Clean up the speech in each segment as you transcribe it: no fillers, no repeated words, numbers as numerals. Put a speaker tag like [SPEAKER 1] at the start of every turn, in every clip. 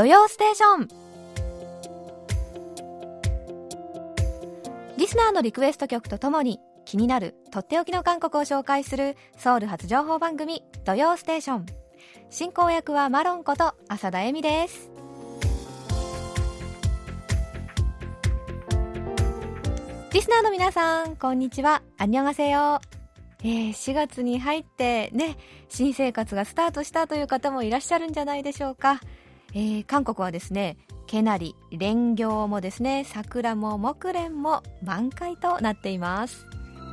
[SPEAKER 1] 土曜ステーション。リスナーのリクエスト曲とともに気になるとっておきの韓国を紹介するソウル発情報番組土曜ステーション。進行役はマロンこと浅田恵美です。リスナーの皆さん、こんにちは。アンニョンハセヨ。4月に入ってね、新生活がスタートしたという方もいらっしゃるんじゃないでしょうか。韓国はですね、ケナリ、レンギョウもですね、桜も木蓮も満開となっています。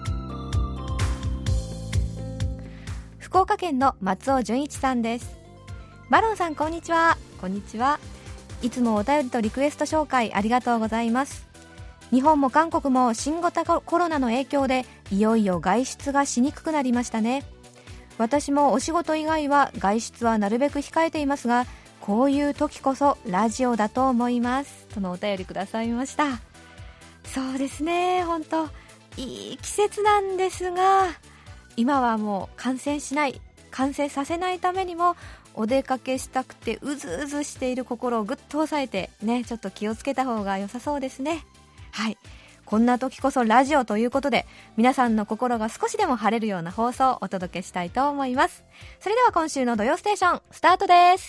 [SPEAKER 1] 福岡県の松尾純一さんです。マロンさん、こんにちは。こんにちは。いつもお便りとリクエスト紹介ありがとうございます。日本も韓国も新型コロナの影響でいよいよ外出がしにくくなりましたね。私もお仕事以外は外出はなるべく控えていますが、こういう時こそラジオだと思います、とのお便りくださいました。そうですね、本当いい季節なんですが、今はもう感染させないためにもお出かけしたくてうずうずしている心をぐっと抑えてね、ちょっと気をつけた方が良さそうですね。はい、こんな時こそラジオということで、皆さんの心が少しでも晴れるような放送をお届けしたいと思います。それでは今週の土曜ステーションスタートです。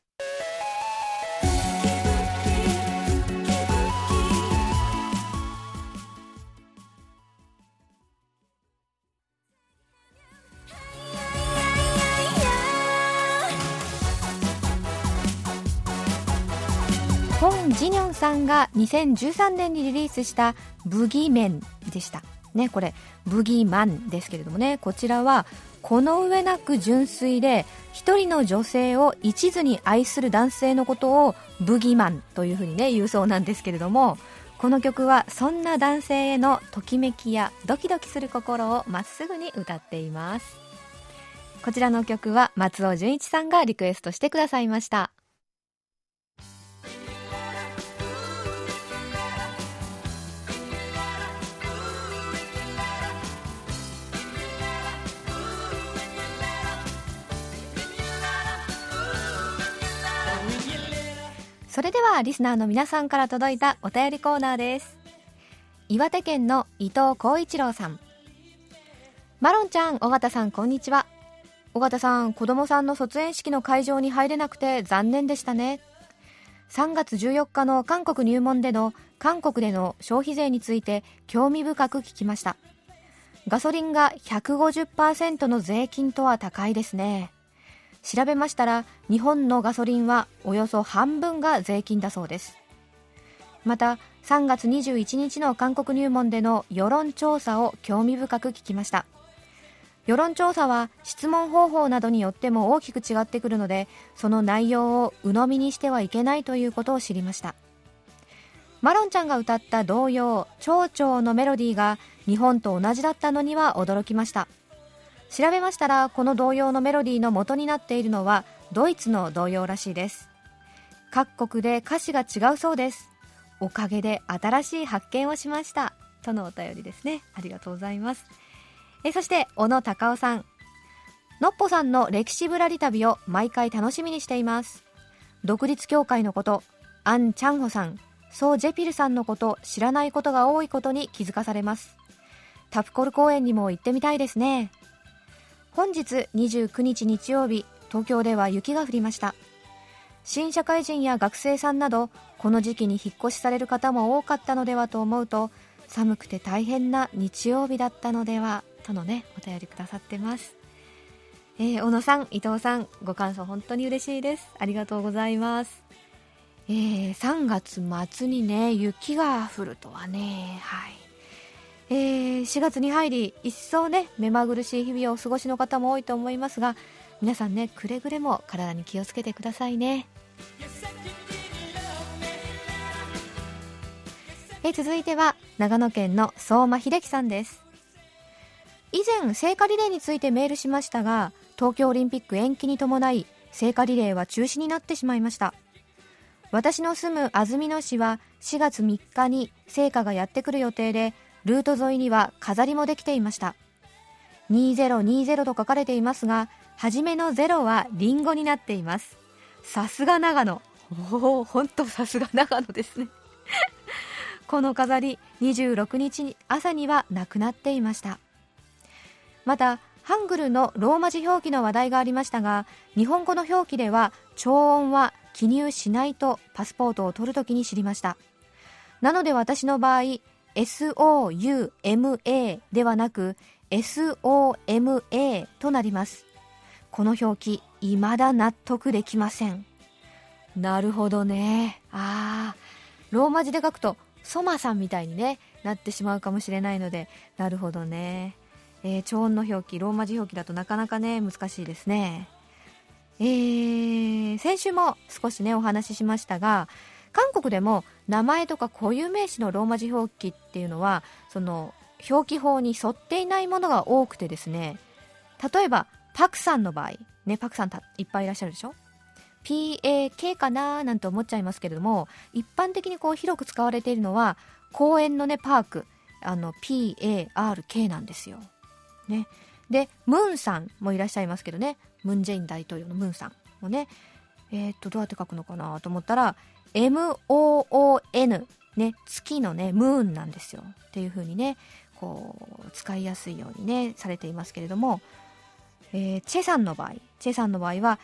[SPEAKER 1] ホン・ジニョンさんが2013年にリリースしたブギーメンでしたね。これブギーマンですけれどもね、こちらはこの上なく純粋で一人の女性を一途に愛する男性のことをブギーマンというふうにね言うそうなんですけれども、この曲はそんな男性へのときめきやドキドキする心をまっすぐに歌っています。こちらの曲は松尾純一さんがリクエストしてくださいました。それではリスナーの皆さんから届いたお便りコーナーです。岩手県の伊藤光一郎さん。マロンちゃん、尾形さん、こんにちは。尾形さん、子供さんの卒園式の会場に入れなくて残念でしたね。3月14日の韓国入門での韓国での消費税について興味深く聞きました。ガソリンが 150% の税金とは高いですね。調べましたら日本のガソリンはおよそ半分が税金だそうです。また3月21日の韓国入門での世論調査を興味深く聞きました。世論調査は質問方法などによっても大きく違ってくるので、その内容を鵜呑みにしてはいけないということを知りました。マロンちゃんが歌った童謡蝶々のメロディーが日本と同じだったのには驚きました。調べましたらこの童謡のメロディーの元になっているのはドイツの童謡らしいです。各国で歌詞が違うそうです。おかげで新しい発見をしました、とのお便りですね。ありがとうございます。そして小野隆夫さん。のっぽさんの歴史ぶらり旅を毎回楽しみにしています。独立協会のこと、アン・チャンホさん、ソー・ジェピルさんのこと、知らないことが多いことに気づかされます。タプコル公園にも行ってみたいですね。本日29日日曜日、東京では雪が降りました。新社会人や学生さんなどこの時期に引っ越しされる方も多かったのではと思うと、寒くて大変な日曜日だったのではとのねお便りくださってます。小野さん、伊藤さん、ご感想本当に嬉しいです。ありがとうございます。3月末にね雪が降るとはね、はい。4月に入り一層ね目まぐるしい日々をお過ごしの方も多いと思いますが、皆さんねくれぐれも体に気をつけてくださいね。続いては長野県の相馬秀樹さんです。以前聖火リレーについてメールしましたが、東京オリンピック延期に伴い聖火リレーは中止になってしまいました。私の住む安曇野市は4月3日に聖火がやってくる予定で、ルート沿いには飾りもできていました。2020と書かれていますが、初めの0はリンゴになっています。さすが長野、 おお、本当さすが長野ですねこの飾り26日朝にはなくなっていました。またハングルのローマ字表記の話題がありましたが、日本語の表記では長音は記入しないとパスポートを取るときに知りました。なので私の場合 SOUMA ではなく SOMA となります。この表記未だ納得できません。なるほどね。ローマ字で書くとソマさんみたいに、ね、なってしまうかもしれないので、なるほどね。長音の表記、ローマ字表記だとなかなかね難しいですね。先週も少しねお話ししましたが、韓国でも名前とか固有名詞のローマ字表記っていうのはその表記法に沿っていないものが多くてですね、例えばパクさんの場合ね、パクさんいっぱいいらっしゃるでしょ。 PAK かななんて思っちゃいますけれども、一般的にこう広く使われているのは公園のねパーク、PARK なんですよ、ね。でムンさんもいらっしゃいますけどね、ムンジェイン大統領のムンさんもね、どうやって書くのかなと思ったら MOON ね、月のねムーンなんですよっていう風にねこう使いやすいようにねされていますけれども、チェさんの場合は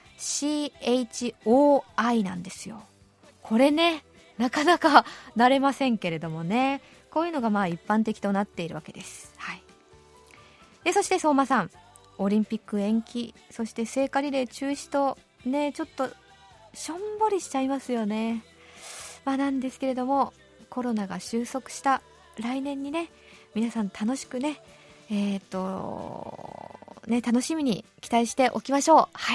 [SPEAKER 1] CHOI なんですよ。これねなかなか慣れませんけれどもね、こういうのがまあ一般的となっているわけです。はい。でそして相馬さん、オリンピック延期、そして聖火リレー中止とね、ちょっとしょんぼりしちゃいますよね。なんですけれども、コロナが収束した来年にね、皆さん楽しくね、楽しみに期待しておきましょう。はい。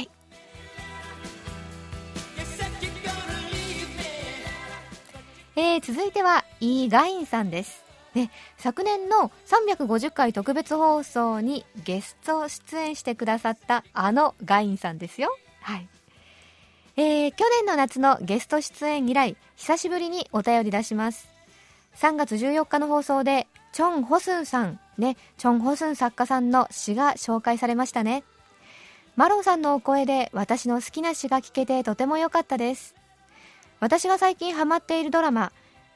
[SPEAKER 1] 続いてはイ・ガインさんです。ね、昨年の350回特別放送にゲスト出演してくださったガインさんですよ。はい。去年の夏のゲスト出演以来、久しぶりにお便り出します。3月14日の放送でチョン・ホスンさんね、チョン・ホスン作家さんの詩が紹介されましたね。マロンさんのお声で私の好きな詩が聞けてとても良かったです。私が最近ハマっているドラマ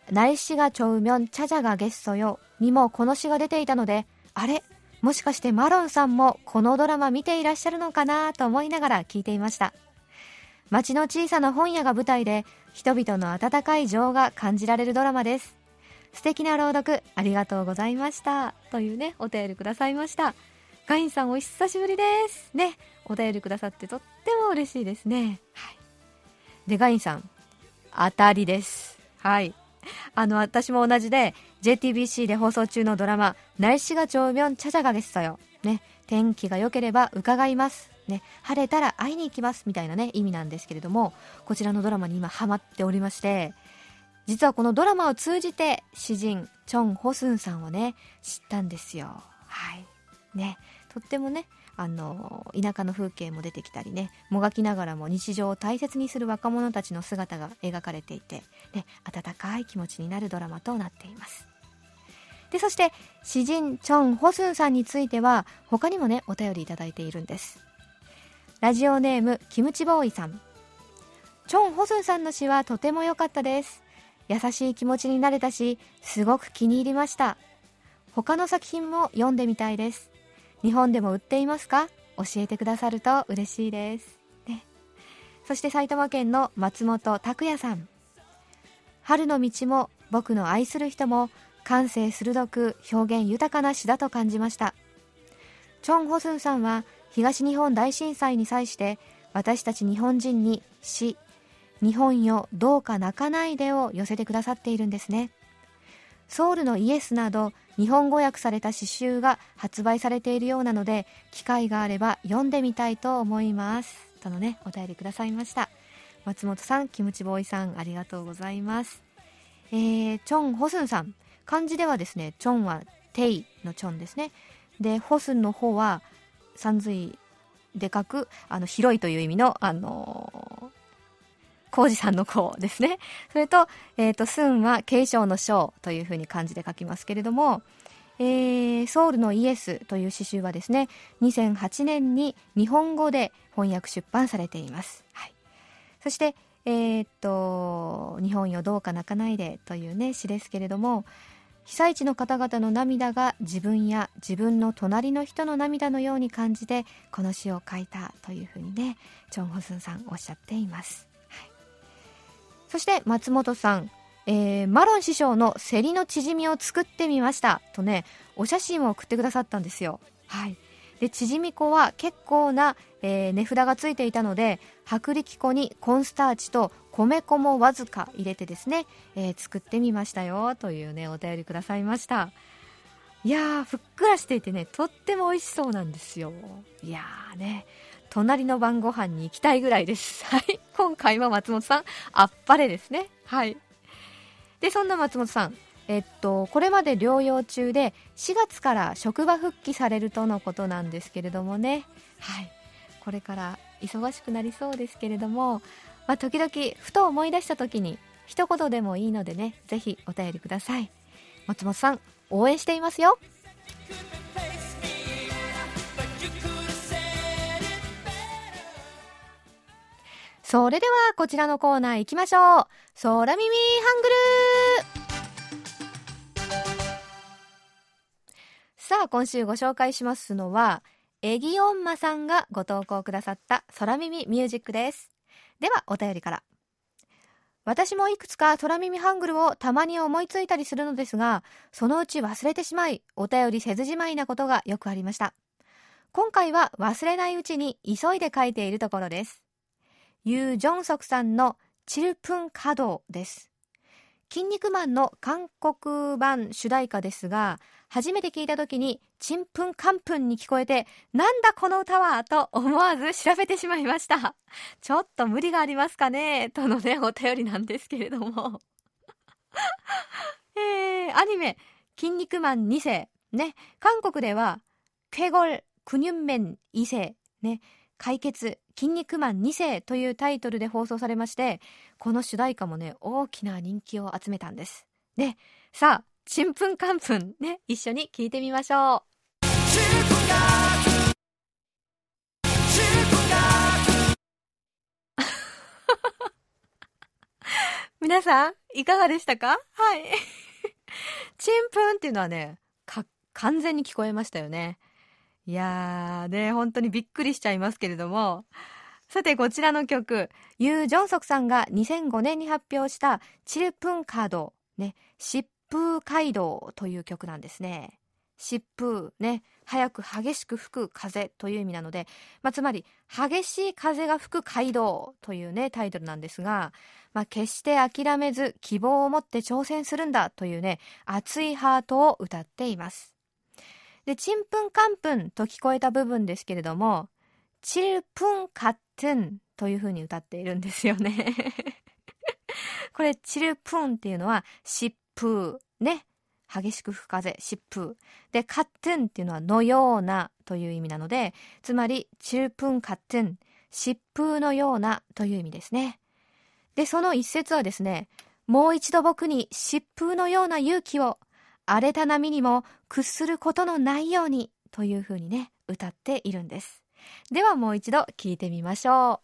[SPEAKER 1] 날씨가 좋으면 찾아가 겠어よにもこの詩が出ていたので、あれもしかしてマロンさんもこのドラマ見ていらっしゃるのかなと思いながら聞いていました。町の小さな本屋が舞台で人々の温かい情が感じられるドラマです。素敵な朗読ありがとうございましたというねお便りくださいました。ガインさんお久しぶりですね。お便りくださってとっても嬉しいですね。はい。でガインさん当たりです。はい。私も同じで JTBC で放送中のドラマ날씨가 좋으면 찾아가겠어요ね、天気が良ければ伺いますね、晴れたら会いに行きますみたいなね意味なんですけれども、こちらのドラマに今ハマっておりまして、実はこのドラマを通じて詩人チョン・ホスンさんをね知ったんですよ。はいね、とってもね田舎の風景も出てきたりね、もがきながらも日常を大切にする若者たちの姿が描かれていて、ね、温かい気持ちになるドラマとなっています。でそして詩人チョン・ホスンさんについては他にもねお便りいただいているんです。ラジオネームキムチボーイさん、チョン・ホスンさんの詩はとても良かったです。優しい気持ちになれたし、すごく気に入りました。他の作品も読んでみたいです。日本でも売っていますか？教えてくださると嬉しいです、ね。そして埼玉県の松本拓也さん、春の道も僕の愛する人も感性鋭く表現豊かな詩だと感じました。チョン・ホスンさんは東日本大震災に際して私たち日本人に詩、日本よどうか泣かないでを寄せてくださっているんですね。ソウルのイエスなど日本語訳された詩集が発売されているようなので、機会があれば読んでみたいと思いますとのねお便りくださいました。松本さん、キムチボーイさん、ありがとうございます。チョン・ホスンさん、漢字ではですね、チョンはテイのチョンですね。でホスンの方は山水で書く広いという意味の浩二さんの浩ですね。それと、スンは継承の章というふうに漢字で書きますけれども、ソウルのイエスという詩集はですね、2008年に日本語で翻訳出版されています。はい。そして、 日本よどうか泣かないでというね詩ですけれども、被災地の方々の涙が自分や自分の隣の人の涙のように感じてこの詩を書いたというふうにねチョンホスンさんおっしゃっています、はい、そして松本さん、マロン師匠のセリのチヂミを作ってみましたとねお写真を送ってくださったんですよ。はい。でチヂミ粉は結構な、値札がついていたので薄力粉にコーンスターチと米粉もわずか入れてですね、作ってみましたよというねお便りくださいました。いやーふっくらしていてねとっても美味しそうなんですよ。いやーね隣の晩ご飯に行きたいぐらいです。はい、今回は松本さんあっぱれですね。はい。でそんな松本さんこれまで療養中で4月から職場復帰されるとのことなんですけれどもね、はい、これから忙しくなりそうですけれども、時々ふと思い出した時に一言でもいいのでねぜひお便りください。松本さん応援していますよ。それではこちらのコーナー行きましょう。空耳ハングル。さあ今週ご紹介しますのはエギオンマさんがご投稿くださった空耳ミュージックです。ではお便りから。私もいくつか空耳ハングルをたまに思いついたりするのですが、そのうち忘れてしまいお便りせずじまいなことがよくありました。今回は忘れないうちに急いで書いているところです。ユー・ジョンソクさんのチルプンカドです。筋肉マンの韓国版主題歌ですが、初めて聞いた時にチンプンカンプンに聞こえてなんだこの歌はと思わず調べてしまいました。ちょっと無理がありますかねとのねお便りなんですけれどもアニメ筋肉マン2世ね、韓国ではケゴルクニュンメン2世ね、解決筋肉マン2世というタイトルで放送されまして、この主題歌もね大きな人気を集めたんですね。さあチンプンカンプンね一緒に聞いてみましょう。皆さんいかがでしたか？はいチンプンっていうのはね完全に聞こえましたよね。いやーね本当にびっくりしちゃいますけれども、さてこちらの曲ユー・ジョンソクさんが2005年に発表したチルプンカードね、疾風街道という曲なんですね。疾風ね、早く激しく吹く風という意味なので、つまり激しい風が吹く街道というねタイトルなんですが、決して諦めず希望を持って挑戦するんだというね熱いハートを歌っています。でチンプンカンプンと聞こえた部分ですけれどもチルプンカットンという風に歌っているんですよねこれチルプンっていうのは疾風ね、激しく吹く風、疾風で、カットンっていうのはのようなという意味なので、つまりチルプンカットン、疾風のようなという意味ですね。でその一節はですね、もう一度僕に疾風のような勇気を、荒れた波にも屈することのないようにという風にね歌っているんです。ではもう一度聞いてみましょう。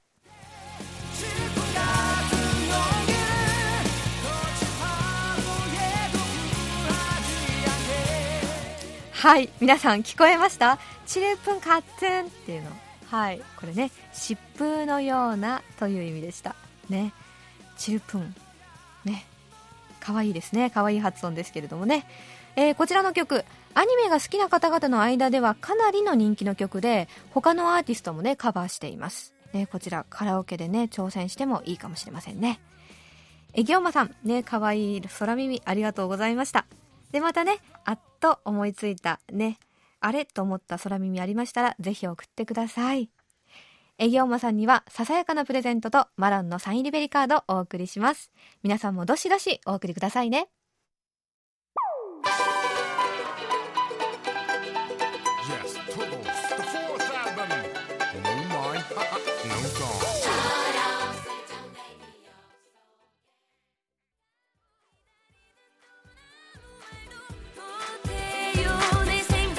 [SPEAKER 1] はい、皆さん聞こえました？チルプンカッツンっていうの、はい、これね疾風のようなという意味でしたね。チルプンね、かわいいですね。かわいい発音ですけれどもね、こちらの曲アニメが好きな方々の間ではかなりの人気の曲で、他のアーティストもねカバーしています、ね、こちらカラオケでね挑戦してもいいかもしれませんね。エギオマさんね、かわいい空耳ありがとうございました。でまたねあっと思いついたね、あれと思った空耳ありましたらぜひ送ってください。エギオマさんにはささやかなプレゼントとマロンのサインリベリカードをお送りします。皆さんもどしどしお送りくださいね。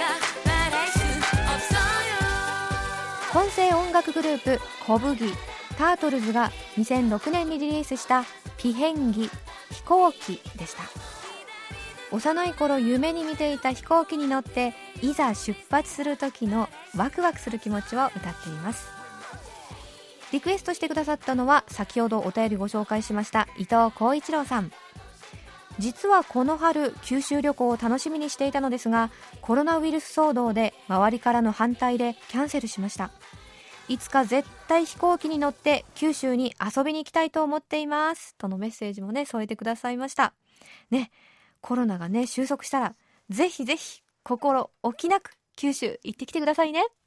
[SPEAKER 1] 混声音楽グループコブギタートルズが2006年にリリースしたピヘンギ、飛行機でした。幼い頃夢に見ていた飛行機に乗っていざ出発する時のワクワクする気持ちを歌っています。リクエストしてくださったのは先ほどお便りご紹介しました伊藤浩一郎さん。実はこの春九州旅行を楽しみにしていたのですが、コロナウイルス騒動で周りからの反対でキャンセルしました。いつか絶対飛行機に乗って九州に遊びに行きたいと思っていますとのメッセージもね添えてくださいましたね。コロナがね収束したらぜひぜひ心置きなく九州行ってきてくださいね。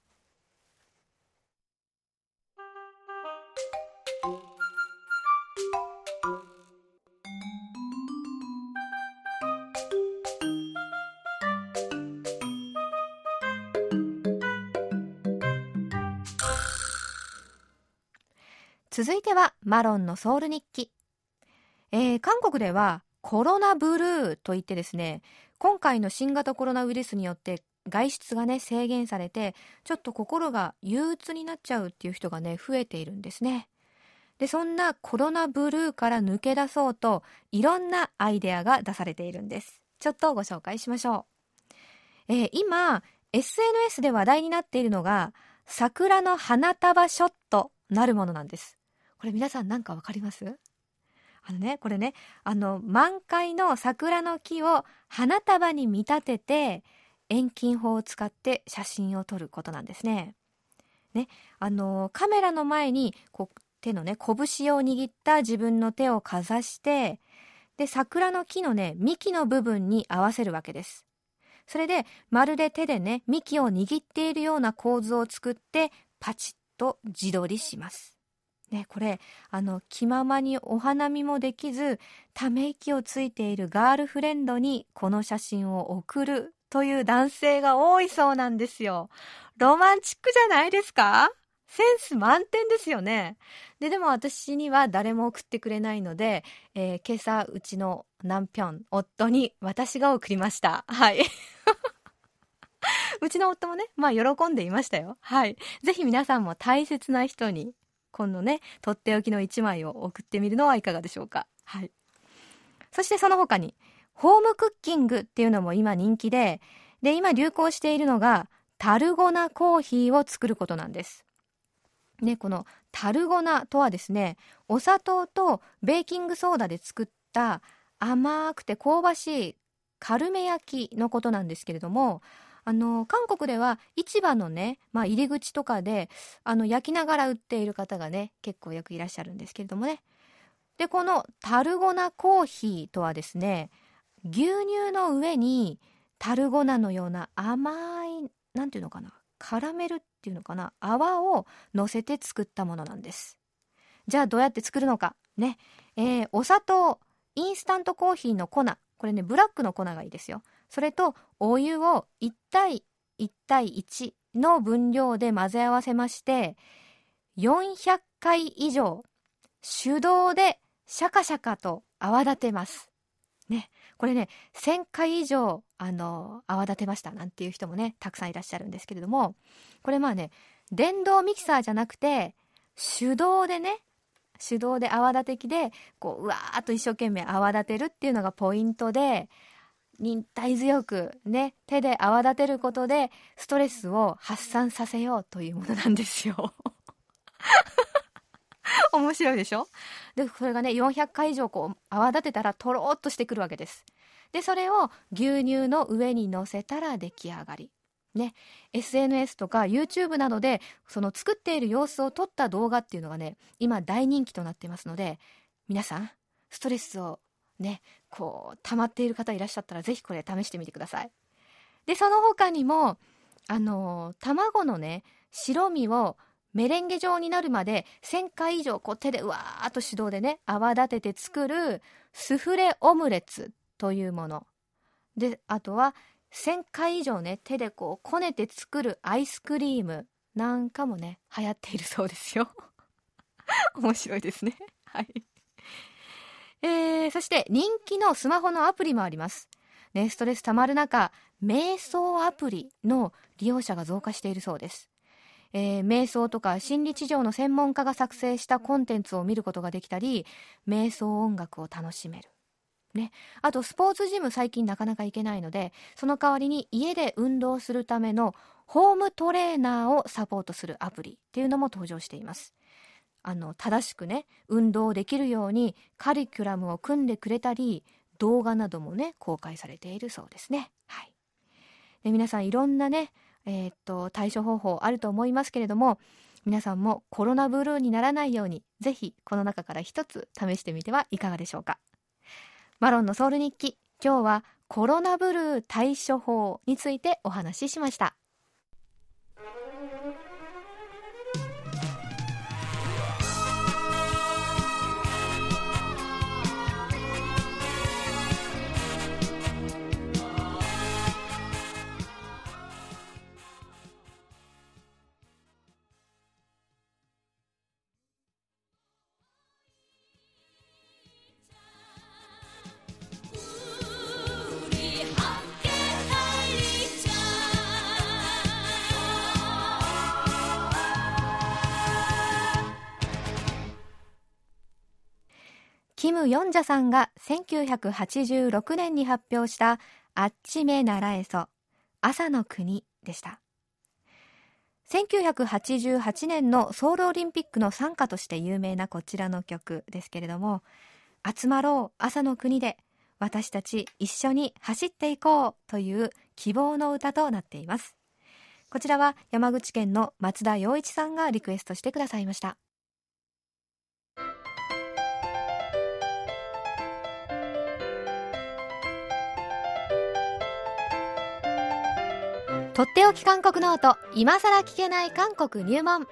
[SPEAKER 1] 続いてはマロンのソウル日記。韓国ではコロナブルーといってですね、今回の新型コロナウイルスによって外出がね制限されてちょっと心が憂鬱になっちゃうっていう人がね増えているんですね。でそんなコロナブルーから抜け出そうといろんなアイデアが出されているんです。ちょっとご紹介しましょう。今 SNS で話題になっているのが桜の花束ショットなるものなんです。これ皆さん何かわかります？これね、満開の桜の木を花束に見立てて遠近法を使って写真を撮ることなんですね。カメラの前に手のね拳を握った自分の手をかざして、で桜の木のね幹の部分に合わせるわけです。それでまるで手でね幹を握っているような構図を作ってパチッと自撮りしますね。これ気ままにお花見もできずため息をついているガールフレンドにこの写真を送るという男性が多いそうなんですよ。ロマンチックじゃないですか？センス満点ですよね。でも私には誰も送ってくれないので、今朝うちのナンピョン夫に私が送りました。はい。うちの夫もね、喜んでいましたよ。はい。ぜひ皆さんも大切な人に今度ねとっておきの1枚を送ってみるのはいかがでしょうか。はい。そしてその他にホームクッキングっていうのも今人気で今流行しているのがタルゴナコーヒーを作ることなんですね。このタルゴナとはですね、お砂糖とベーキングソーダで作った甘くて香ばしいカルメ焼きのことなんですけれども、韓国では市場のね、入り口とかで焼きながら売っている方がね結構よくいらっしゃるんですけれどもね。でこのタルゴナコーヒーとはですね、牛乳の上にタルゴナのような甘いなんていうのかな、カラメルっていうのかな、泡を乗せて作ったものなんです。じゃあどうやって作るのかね、お砂糖、インスタントコーヒーの粉、これねブラックの粉がいいですよ。それとお湯を1対1対1の分量で混ぜ合わせまして400回以上手動でシャカシャカと泡立てますね。これね1000回以上泡立てましたなんていう人もねたくさんいらっしゃるんですけれども、これ電動ミキサーじゃなくて手動で泡立て器でうわーっと一生懸命泡立てるっていうのがポイントで、忍耐強くね手で泡立てることでストレスを発散させようというものなんですよ。面白いでしょ。でそれがね400回以上泡立てたらとろーっとしてくるわけです。でそれを牛乳の上に乗せたら出来上がりね。 SNS とか YouTube などでその作っている様子を撮った動画っていうのがね今大人気となっていますので、皆さんストレスをね溜まっている方いらっしゃったらぜひこれ試してみてください。でその他にも卵のね白身をメレンゲ状になるまで1000回以上手でうわーっと手動でね泡立てて作るスフレオムレツというもので、あとは1000回以上ね手でこねて作るアイスクリームなんかもね流行っているそうですよ。面白いですね。はい。そして人気のスマホのアプリもありますね。ストレスたまる中、瞑想アプリの利用者が増加しているそうです。 瞑想とか心理治療の専門家が作成したコンテンツを見ることができたり、瞑想音楽を楽しめる、ね、あとスポーツジム最近なかなか行けないので、その代わりに家で運動するためのホームトレーナーをサポートするアプリっていうのも登場しています。正しくね運動できるようにカリキュラムを組んでくれたり、動画などもね公開されているそうですね。はい。で、皆さんいろんなね対処方法あると思いますけれども、皆さんもコロナブルーにならないように、ぜひこの中から一つ試してみてはいかがでしょうか。マロンのソウル日記、今日はコロナブルー対処法についてお話ししました。キム・ヨンジャさんが1986年に発表したあっちめならえそ朝の国でした。1988年のソウルオリンピックの賛歌として有名なこちらの曲ですけれども、集まろう朝の国で私たち一緒に走っていこうという希望の歌となっています。こちらは山口県の松田洋一さんがリクエストしてくださいました。とっておき韓国ノート、今さら聞けない韓国入門。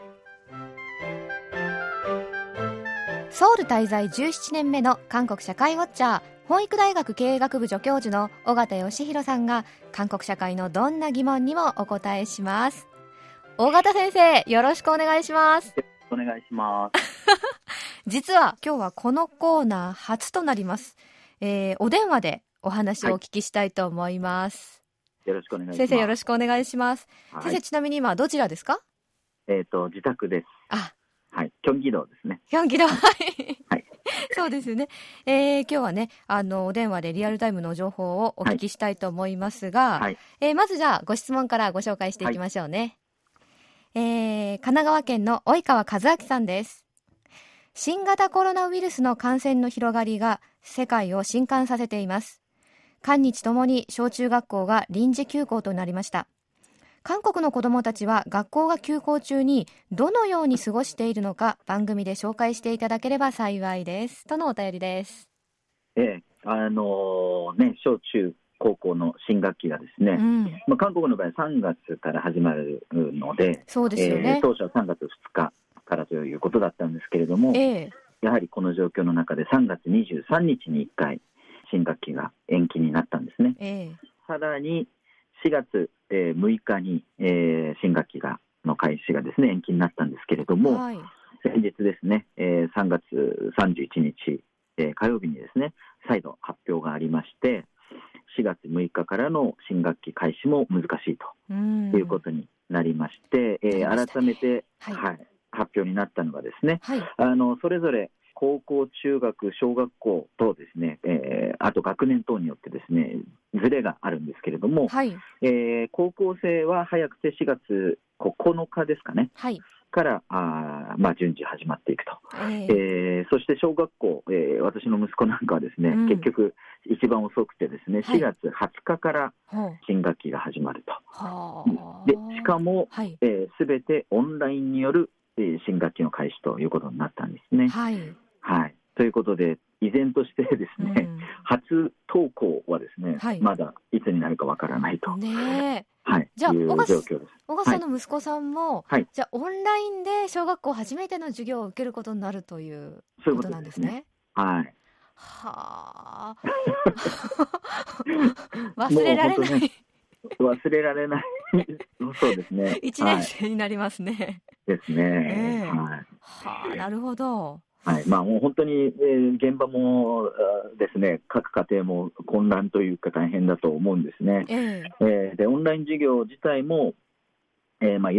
[SPEAKER 1] ソウル滞在17年目の韓国社会ウォッチャー、本育大学経営学部助教授の尾形義弘さんが韓国社会のどんな疑問にもお答えします。尾形先生、よろしくお願いします。
[SPEAKER 2] お願いします。
[SPEAKER 1] 実は今日はこのコーナー初となります。お電話でお話をお聞きしたいと思います。
[SPEAKER 2] よろしくお願いします。
[SPEAKER 1] 先生、よろしくお願いします。
[SPEAKER 2] はい、
[SPEAKER 1] 先生、ちなみに今どちらですか？
[SPEAKER 2] 自宅です。はい、キョンギ道ですね。
[SPEAKER 1] キョンギ道、はい。
[SPEAKER 2] はい。
[SPEAKER 1] そうですよね。今日はね、お電話でリアルタイムの情報をお聞きしたいと思いますが、
[SPEAKER 2] はい。
[SPEAKER 1] まずじゃあご質問からご紹介していきましょうね。神奈川県の及川和明さんです。新型コロナウイルスの感染の広がりが世界を震撼させています。韓日ともに小中学校が臨時休校となりました。韓国の子どもたちは学校が休校中にどのように過ごしているのか、番組で紹介していただければ幸いです、とのお便りです。
[SPEAKER 2] 小中高校の新学期がですね、韓国の場合3月から始まるので、
[SPEAKER 1] そうですよね。
[SPEAKER 2] 当初は3月2日からということだったんですけれども、やはりこの状況の中で3月23日に1回新学期が延期になったんですね。さらに4月6日に新学期の開始がですね延期になったんですけれども、先日ですね3月31日火曜日にですね再度発表がありまして、4月6日からの新学期開始も難しいということになりまして、改めて、発表になったのがですね、それぞれ高校、中学、小学校とですね、あと学年等によってですねズレがあるんですけれども、高校生は早くて4月9日ですかね、から順次始まっていくと、そして小学校、私の息子なんかはですね、結局一番遅くてですね4月20日から新学期が始まると、でしかも全てオンラインによる新学期の開始ということになったんですね。ということで依然としてですね、初登校はですね、まだいつになるかわからないと、
[SPEAKER 1] じゃあ
[SPEAKER 2] いう状況です。
[SPEAKER 1] 小笠さんの息子さんも、じゃあオンラインで小学校初めての授業を受けることになるということなんですね。忘れられない
[SPEAKER 2] 忘れられないそうですね。
[SPEAKER 1] 1年生になりますね。
[SPEAKER 2] ですね。
[SPEAKER 1] なるほど。
[SPEAKER 2] もう本当に、現場もですね、各家庭も混乱というか大変だと思うんですね。でオンライン授業自体も、いろいろ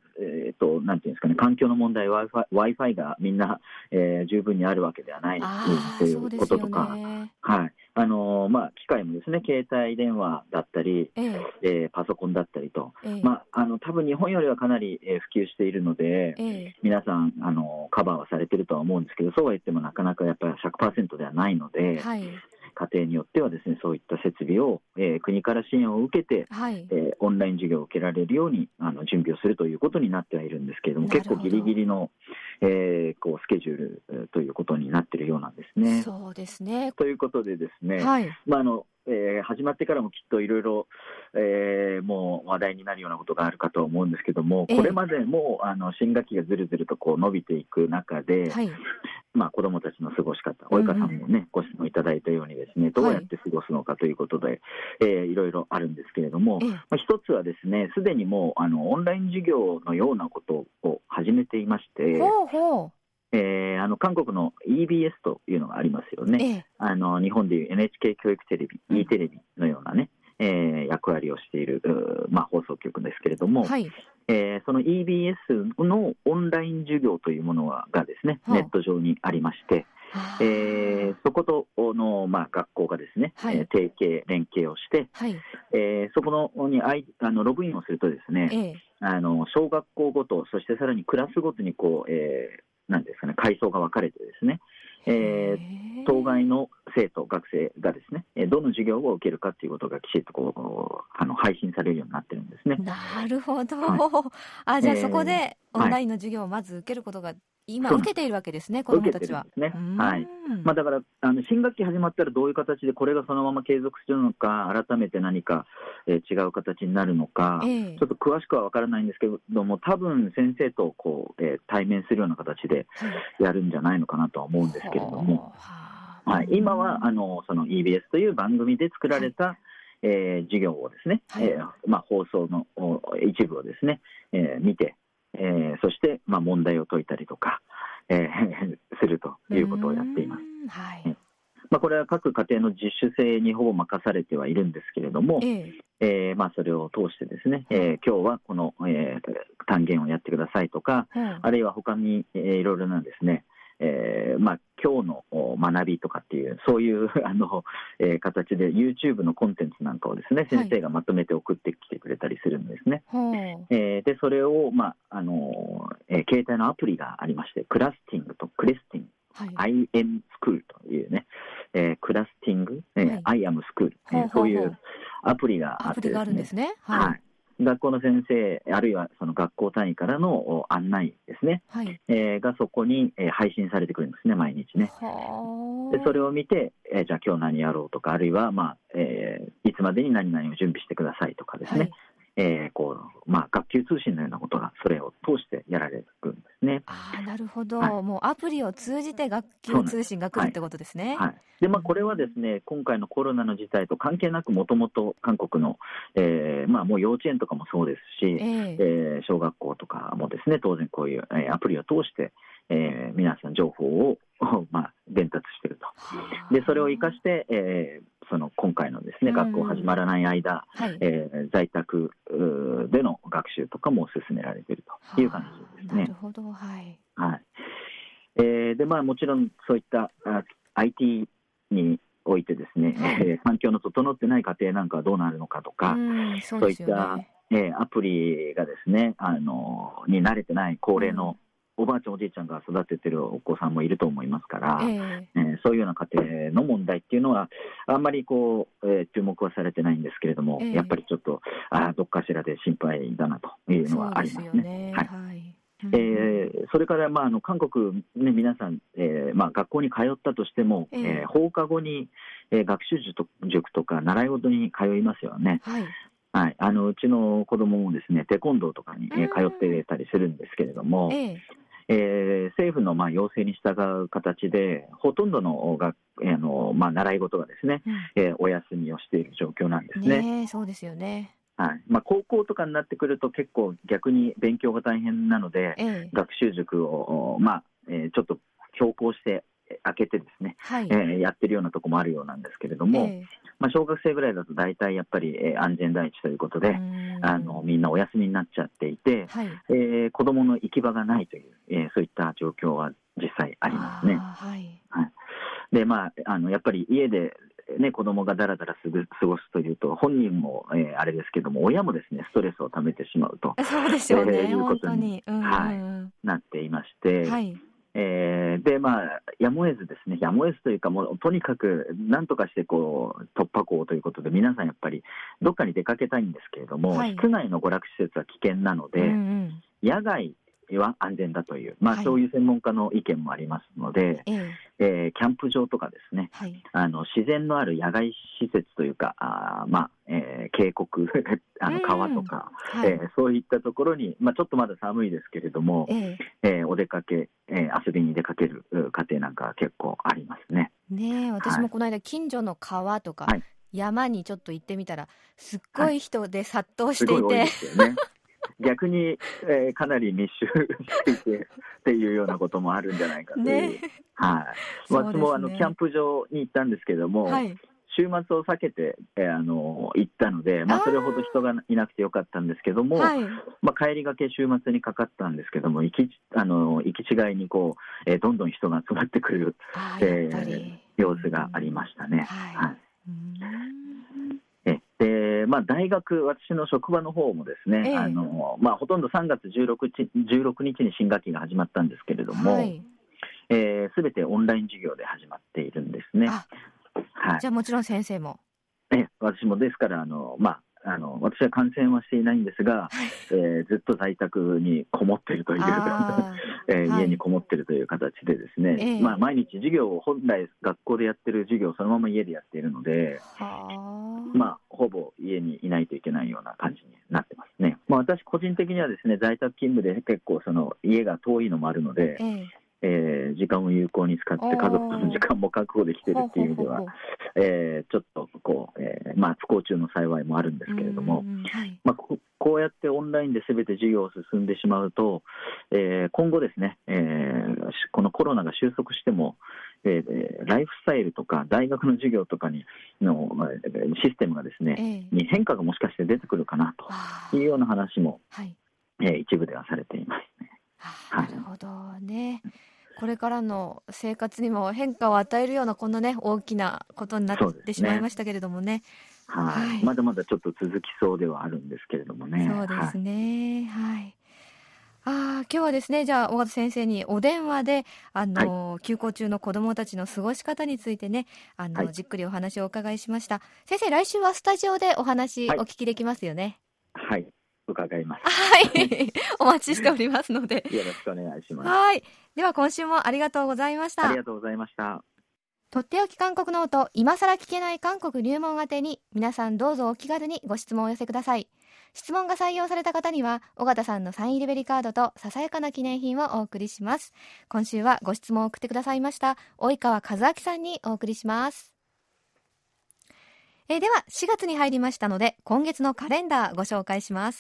[SPEAKER 2] なんていうんですかね、環境の問題、Wi-Fi がみんな、十分にあるわけではないということとか、はい、機械もですね、携帯電話だったり、パソコンだったりと、多分日本よりはかなり普及しているので、皆さんカバーはされているとは思うんですけど、そうは言ってもなかなかやっぱり 100% ではないので、家庭によってはですね、そういった設備を、国から支援を受けて、オンライン授業を受けられるように準備をするということになってはいるんですけれども、結構ギリギリの、スケジュールということになっているようなんですね。
[SPEAKER 1] そうですね。
[SPEAKER 2] ということでですね、始まってからもきっといろいろもう話題になるようなことがあるかと思うんですけども、これまでも新学期がずるずるとこう伸びていく中で、子どもたちの過ごし方、及川さんもね、ご質問いただいたようにですね、どうやって過ごすのかということで、いろいろあるんですけれども、一つはですね、すでにもうオンライン授業のようなことを始めていまして、韓国の EBS というのがありますよね。日本でいう NHK 教育テレビ、E テレビのようなね、役割をしている、放送局ですけれども、その EBS のオンライン授業というものがですね、ネット上にありまして、そことの、学校がですね、提携、連携をして、そこにログインをするとですね、小学校ごと、そしてさらにクラスごとになんですかね、階層が分かれてですね、当該の生徒、学生がですね、どの授業を受けるかということがきちっと配信されるようになってるんですね。
[SPEAKER 1] なるほど。じゃあそこでオンラインの授業をまず受けることが今受けているわけですね、子どもたちは。
[SPEAKER 2] だから新学期始まったらどういう形でこれがそのまま継続するのか、改めて何か、違う形になるのか、ちょっと詳しくは分からないんですけども、多分先生と対面するような形でやるんじゃないのかなとは思うんですけれども、今はその EBS という番組で作られた、授業をですね、放送の一部をですね、見て、そして、問題を解いたりとか、するということをやっています。これは各家庭の自主性にほぼ任されてはいるんですけれども、それを通してですね、今日はこの、単元をやってくださいとか、あるいは他に、いろいろなですね、今日の学びとかっていうそういう形で YouTube のコンテンツなんかをですね、先生がまとめて送ってきてくれたりするんですね。でそれを、携帯のアプリがありまして、クラスティングとクレスティング、IM スクールというね、クラスティング、IM スクール、そういうアプリがあってですね、学校の先生、あるいはその学校単位からの案内ですね、がそこに配信されてくるんですね、毎日ね。でそれを見て、じゃあ今日何やろうとか、あるいは、いつまでに何々を準備してくださいとかですね、学級通信のようなことがそれを通してやられるんですね。
[SPEAKER 1] なるほど、もうアプリを通じて学級通信が来るってことですね。
[SPEAKER 2] でこれはですね、今回のコロナの事態と関係なく、もともと韓国の、もう幼稚園とかもそうですし、小学校とかもですね、当然こういう、アプリを通して、皆さん情報を伝達していると。でそれを生かして、その今回のですね、学校始まらない間、在宅での学習とかも進められているという感じですね。
[SPEAKER 1] なるほど、
[SPEAKER 2] でもちろんそういった IT においてですね、環境の整ってない家庭なんかはどうなるのかとか、そういったアプリがですね、に慣れてない高齢のおばあちゃんおじいちゃんが育ててるお子さんもいると思いますから、そういうような家庭の問題っていうのはあんまり注目はされてないんですけれども、やっぱりちょっとどっかしらで心配だなというのはありますね。それから、韓国、皆さん、学校に通ったとしても、放課後に、学習塾とか習い事に通いますよね。うちの子供もですね、テコンドーとかに、通ってたりするんですけれども、政府の要請に従う形でほとんどの習い事がですね、お休みをしている状況なんですね。
[SPEAKER 1] そうですよね。
[SPEAKER 2] 高校とかになってくると結構逆に勉強が大変なので、学習塾を、ちょっと強行して、 開けてですね、やってるようなところもあるようなんですけれども、小学生ぐらいだと大体やっぱり、安全第一ということでみんなお休みになっちゃっていて、子どもの行き場がないという、そういった状況は実際ありますね。でやっぱり家で子供がだらだら過ごすというと、本人も、あれですけども、親もですねストレスをためてしまうと、
[SPEAKER 1] そうでしょうね、
[SPEAKER 2] いうことに、なっていまして、でやむを得ずですね、やむを得ずというか、もうとにかく何とかして突破口ということで、皆さんやっぱりどっかに出かけたいんですけれども、室内の娯楽施設は危険なので、野外は安全だという、そういう専門家の意見もありますので、キャンプ場とかですね、自然のある野外施設というか、渓谷川とか、そういったところに、ちょっとまだ寒いですけれども、お出かけ、遊びに出かける家庭なんかは結構ありますね。
[SPEAKER 1] 私もこの間近所の川とか、山にちょっと行ってみたらすっごい人で殺到していて、
[SPEAKER 2] すごい多いですよね。逆に、かなり密集していてっていうようなこともあるんじゃないかという、私もキャンプ場に行ったんですけれども、週末を避けて、行ったので、それほど人がいなくてよかったんですけども、帰りがけ週末にかかったんですけども、行き違いにどんどん人が集まってくる、様子がありましたね。で大学、私の職場の方もですね、ほとんど3月16日に新学期が始まったんですけれども、すべてオンライン授業で始まっているんですね。
[SPEAKER 1] じゃあもちろん先生も。
[SPEAKER 2] 私もですから私は感染はしていないんですが、ずっと在宅にこもっているという家にこもっているという形でですね、毎日授業を本来学校でやってる授業をそのまま家でやっているので、ほぼ家にいないといけないような感じになってますね。私個人的にはですね、在宅勤務で結構家が遠いのもあるので、時間を有効に使って家族との時間も確保できているっていう意味では、ちょっと不幸中の幸いもあるんですけれども、こうやってオンラインで全て授業を進んでしまうと、今後ですね、このコロナが収束しても、ライフスタイルとか大学の授業とかのシステムがですね、に変化がもしかして出てくるかなというような話も、一部ではされていますね。
[SPEAKER 1] なるほどね。これからの生活にも変化を与えるようなこんなね大きなことになってしまいましたけれどもね。
[SPEAKER 2] まだまだちょっと続きそうではあるんですけれどもね。
[SPEAKER 1] そうですね。今日はですね、じゃあ尾形先生にお電話で休校中の子どもたちの過ごし方についてねじっくりお話をお伺いしました。先生、来週はスタジオでお話お聞きできますよね。
[SPEAKER 2] 伺います。
[SPEAKER 1] お待ちしておりますので
[SPEAKER 2] よろしくお願いします。
[SPEAKER 1] では今週もありがとうございました。
[SPEAKER 2] ありがとうございました。
[SPEAKER 1] とっておき韓国ノート、今さら聞けない韓国入門宛てに皆さんどうぞお気軽にご質問をお寄せください。質問が採用された方には尾形さんのサイン入りベリカードとささやかな記念品をお送りします。今週はご質問を送ってくださいました及川和明さんにお送りします。では4月に入りましたので今月のカレンダーご紹介します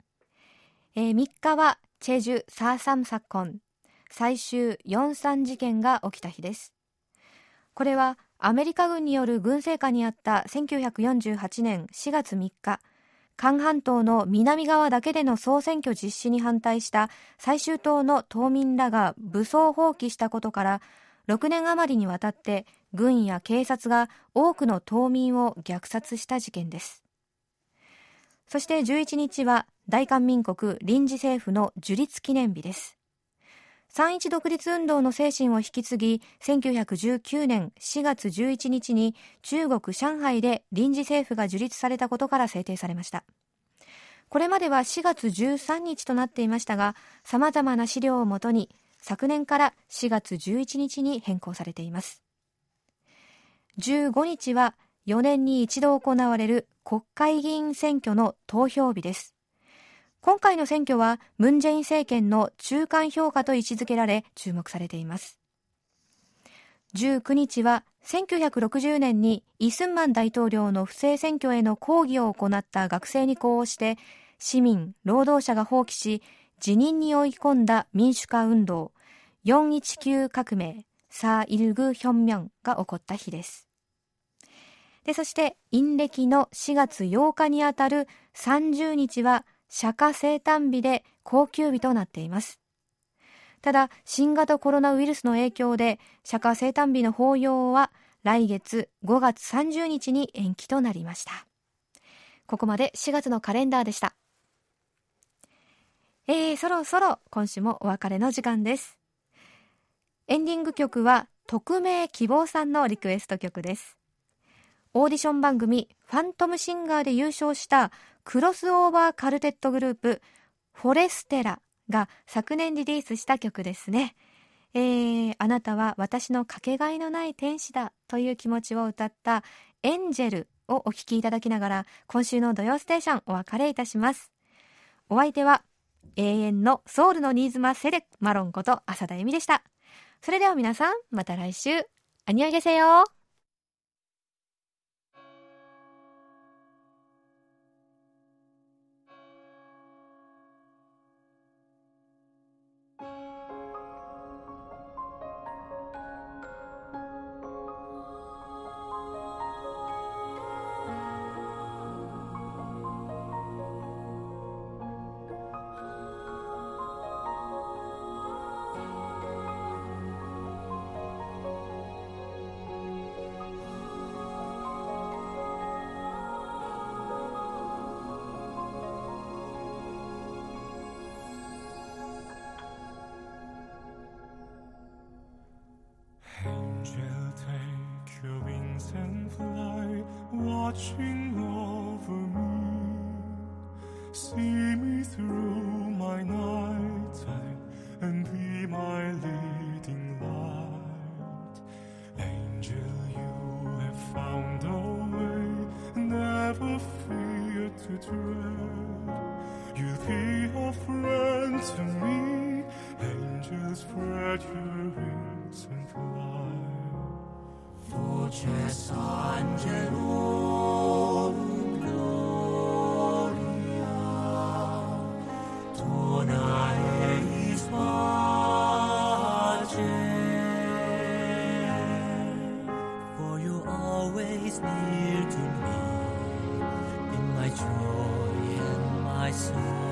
[SPEAKER 1] 。3日はチェジュサーサムサッコン最終4.3事件が起きた日です。これはアメリカ軍による軍政下にあった1948年4月3日、韓半島の南側だけでの総選挙実施に反対した最終党の島民らが武装蜂起したことから、6年余りにわたって軍や警察が多くの島民を虐殺した事件です。そして11日は大韓民国臨時政府の樹立記念日です。三一独立運動の精神を引き継ぎ、1919年4月11日に中国上海で臨時政府が樹立されたことから制定されました。これまでは4月13日となっていましたが、様々な資料をもとに昨年から4月11日に変更されています。15日は4年に一度行われる国会議員選挙の投票日です。今回の選挙はムン・ジェイン政権の中間評価と位置づけられ注目されています。19日は1960年にイ・スンマン大統領の不正選挙への抗議を行った学生に呼応して市民・労働者が蜂起し辞任に追い込んだ民主化運動419革命 4.19혁명が起こった日です。で、そして陰暦の4月8日にあたる30日は釈迦生誕日で公休日となっています。ただ、新型コロナウイルスの影響で釈迦生誕日の法要は来月5月30日に延期となりました。ここまで4月のカレンダーでした。そろそろ今週もお別れの時間です。エンディング曲は匿名希望さんのリクエスト曲です。オーディション番組ファントムシンガーで優勝したクロスオーバーカルテットグループフォレステラが昨年リリースした曲ですね。あなたは私のかけがえのない天使だという気持ちを歌ったエンジェルをお聴きいただきながら今週の土曜ステーションお別れいたします。お相手は永遠のソウルの新妻セレマロンこと浅田恵美でした。それでは皆さんまた来週。アニョイゲセヨ。
[SPEAKER 3] Watching over me, see me through my night time and be my leading light. Angel, you have found a way, never fear to tread. You'll be a friend to me. Angels, spread your wings and fly. Voces Angelorum Gloria, Dona eis pace. For you're always near to me, in my joy and my sorrow.